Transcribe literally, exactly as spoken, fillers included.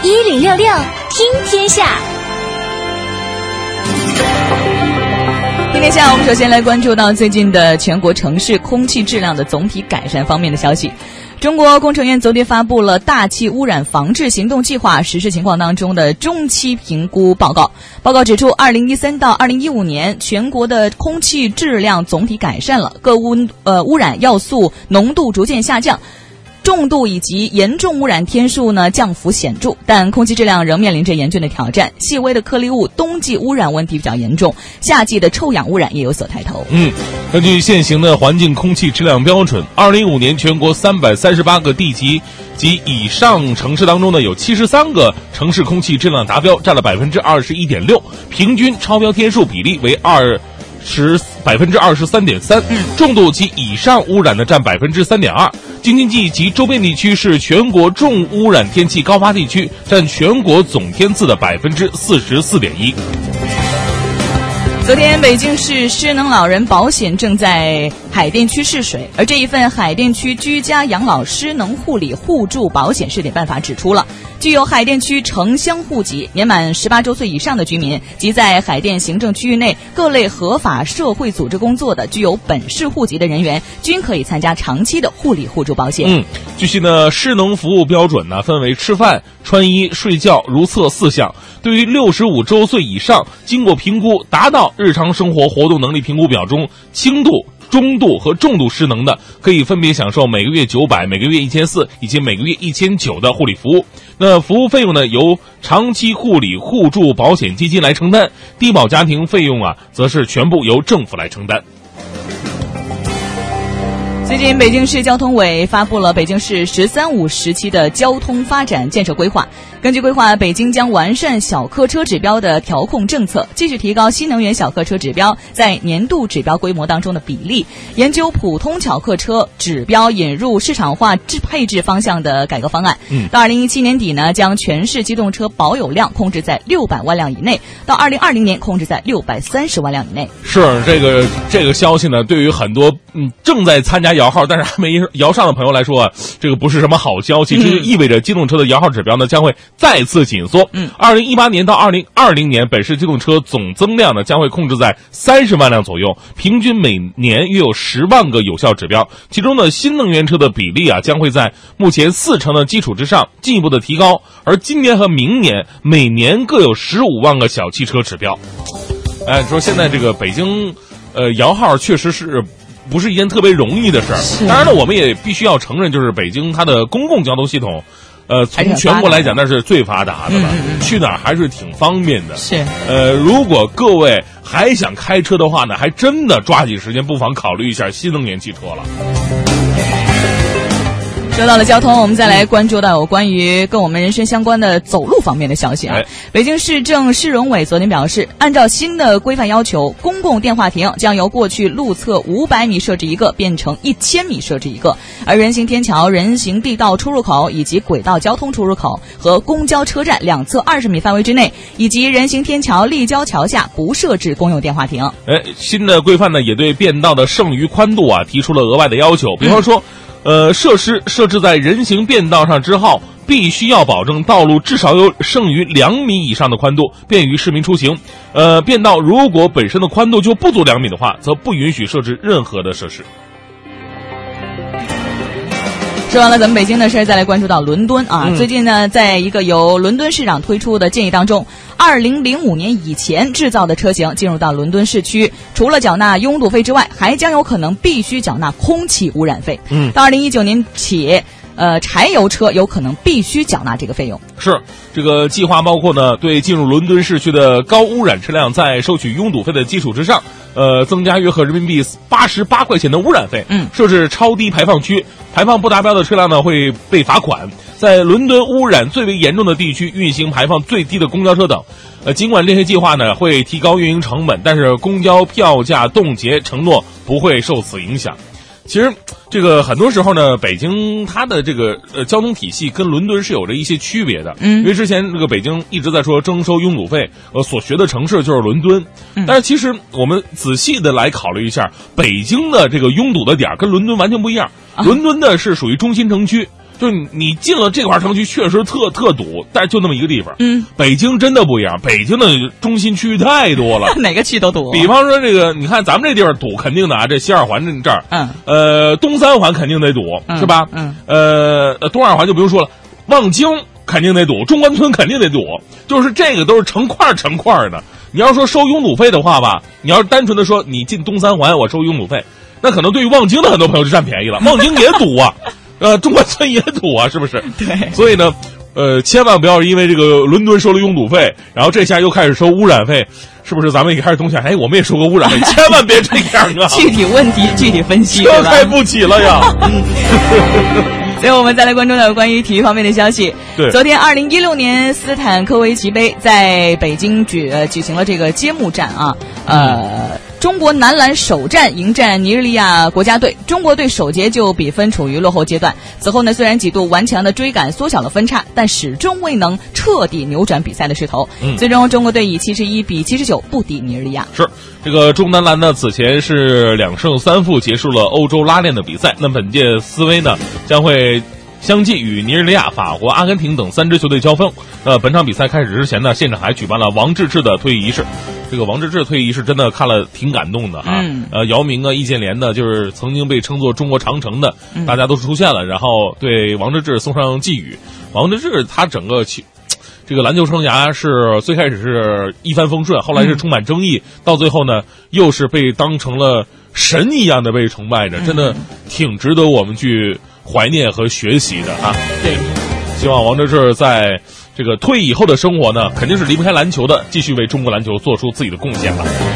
一零六六听天下。 今天下午，我们首先来关注到最近的全国城市空气质量的总体改善方面的消息。中国工程院昨天发布了大气污染防治行动计划实施情况当中的中期评估报告。报告指出，二零一三到二零一五年，全国的空气质量总体改善了，各污呃污染要素浓度逐渐下降。重度以及严重污染天数呢降幅显著，但空气质量仍面临着严峻的挑战。细微的颗粒物冬季污染问题比较严重，夏季的臭氧污染也有所抬头。 嗯，根据现行的环境空气质量标准，二零一五年全国三百三十八个地级及以上城市当中呢，有七十三个城市空气质量达标，占了百分之二十一点六，平均超标天数比例为二。十百分之二十三点三，重度及以上污染的占百分之三点二。京津冀及周边地区是全国重污染天气高发地区，占全国总天字的百分之四十四点一。 昨天，北京市失能老人保险正在海淀区试水，而这一份海淀区居家养老失能护理互助保险试点办法指出了，具有海淀区城乡户籍、年满十八周岁以上的居民及在海淀行政区域内各类合法社会组织工作的具有本市户籍的人员，均可以参加长期的护理互助保险。 嗯，据悉呢，失能服务标准呢分为吃饭、穿衣、睡觉、如厕四项。对于六十五周岁以上，经过评估达到日常生活活动能力评估表中轻度、中度和重度失能的，可以分别享受每个月九百、每个月一千四以及每个月一千九的护理服务。那服务费用呢，由长期护理互助保险基金来承担，低保家庭费用啊，则是全部由政府来承担。 最近，北京市交通委发布了北京市“十三五”时期的交通发展建设规划。根据规划，北京将完善小客车指标的调控政策，继续提高新能源小客车指标在年度指标规模当中的比例，研究普通小客车指标引入市场化制配置方向的改革方案。嗯，到二零一七年底呢，将全市机动车保有量控制在六百万辆以内，到二零二零年控制在六百三十万辆以内。 是这个这个消息呢，对于很多嗯正在参加摇号但是还没摇上的朋友来说啊，这个不是什么好消息，这就意味着机动车的摇号指标呢将会再次紧缩。嗯，二零一八年到二零二零年，本市机动车总增量呢将会控制在三十万辆左右，平均每年约有十万个有效指标。其中呢，新能源车的比例啊将会在目前四成的基础之上进一步的提高，而今年和明年每年各有十五万个小汽车指标。哎，说现在这个北京，呃，摇号确实是。不是一件特别容易的事儿。当然了，我们也必须要承认，就是北京它的公共交通系统，呃，从全国来讲那是最发达的了，嗯、去哪儿还是挺方便的。 是， 呃，如果各位还想开车的话呢，还真的抓紧时间，不妨考虑一下新能源汽车了。 说到了交通，我们再来关注到有关于跟我们人身相关的走路方面的消息啊。北京市政市容委昨天表示，按照新的规范要求，公共电话亭将由过去路侧五百米设置一个变成一千米设置一个，而人行天桥、人行地道出入口以及轨道交通出入口和公交车站两侧二十米范围之内，以及人行天桥、立交桥下不设置公用电话亭。 哎，新的规范呢也对变道的剩余宽度啊提出了额外的要求，比方说。嗯呃，设施设置在人行便道上之后，必须要保证道路至少有剩余两米以上的宽度，便于市民出行。呃，便道如果本身的宽度就不足两米的话，则不允许设置任何的设施。 说完了咱们北京的事儿，再来关注到伦敦啊。嗯、最近呢，在一个由伦敦市长推出的建议当中，二零零五年以前制造的车型进入到伦敦市区，除了缴纳拥堵费之外，还将有可能必须缴纳空气污染费。嗯，到二零一九年起。呃，柴油车有可能必须缴纳这个费用。 是，这个计划包括呢，对进入伦敦市区的高污染车辆，在收取拥堵费的基础之上，呃，增加约合人民币八十八块钱的污染费。嗯，设置超低排放区，排放不达标的车辆呢会被罚款。在伦敦污染最为严重的地区运行排放最低的公交车等。呃，尽管这些计划呢会提高运营成本，但是公交票价冻结承诺不会受此影响。其实，这个很多时候呢，北京它的这个呃交通体系跟伦敦是有着一些区别的。嗯，因为之前这个北京一直在说征收拥堵费，呃，所学的城市就是伦敦。嗯，但是其实我们仔细的来考虑一下，北京的这个拥堵的点跟伦敦完全不一样。啊、伦敦的是属于中心城区。就就是你进了这块城区，确实特特堵，但是就那么一个地方。 嗯， 北京真的不一样，北京的中心区域太多了， 哪个区都堵。 比方说这个，你看咱们这地方堵，肯定的啊，这西二环这儿， 嗯， 呃，东三环肯定得堵， 嗯、 是吧？ 嗯， 呃，东二环就不用说了，望京肯定得堵，中关村肯定得堵，就是这个都是成块成块的。你要说收拥堵费的话吧，你要是单纯的说你进东三环我收拥堵费，那可能对于望京的很多朋友就占便宜了，望京也堵啊，呃，中关村也堵啊，是不是？ 对， 所以呢，呃，千万不要因为这个伦敦收了拥堵费，然后这下又开始收污染费，是不是？咱们也开始动想，哎，我们也收个污染费，千万别这样啊！ 具体问题具体分析， 车开不起了呀。 所以我们再来关注到关于体育方面的消息。 对， 昨天二零一六年斯坦科维奇杯在北京举呃举行了这个揭幕战啊，呃。嗯，中国男篮首战迎战尼日利亚国家队，中国队首节就比分处于落后阶段。此后呢，虽然几度顽强的追赶缩小了分差，但始终未能彻底扭转比赛的势头。嗯，最终中国队以七十一比七十九不敌尼日利亚。 是这个中男篮呢，此前是两胜三负结束了欧洲拉练的比赛。那本届斯威呢，将会相继与尼日利亚、法国、阿根廷等三支球队交锋。呃，本场比赛开始之前呢，现场还举办了王治郅的退役仪式。这个王治郅退役仪式真的看了挺感动的啊！ 嗯、 呃，姚明啊、易建联的，就是曾经被称作中国长城的， 嗯、 大家都出现了，然后对王治郅送上寄语。王治郅他整个这个篮球生涯是最开始是一帆风顺，后来是充满争议，嗯、到最后呢，又是被当成了神一样的被崇拜着，真的挺值得我们去怀念和学习的啊！ 对， 希望王治郅在这个退役以后的生活呢，肯定是离不开篮球的，继续为中国篮球做出自己的贡献吧。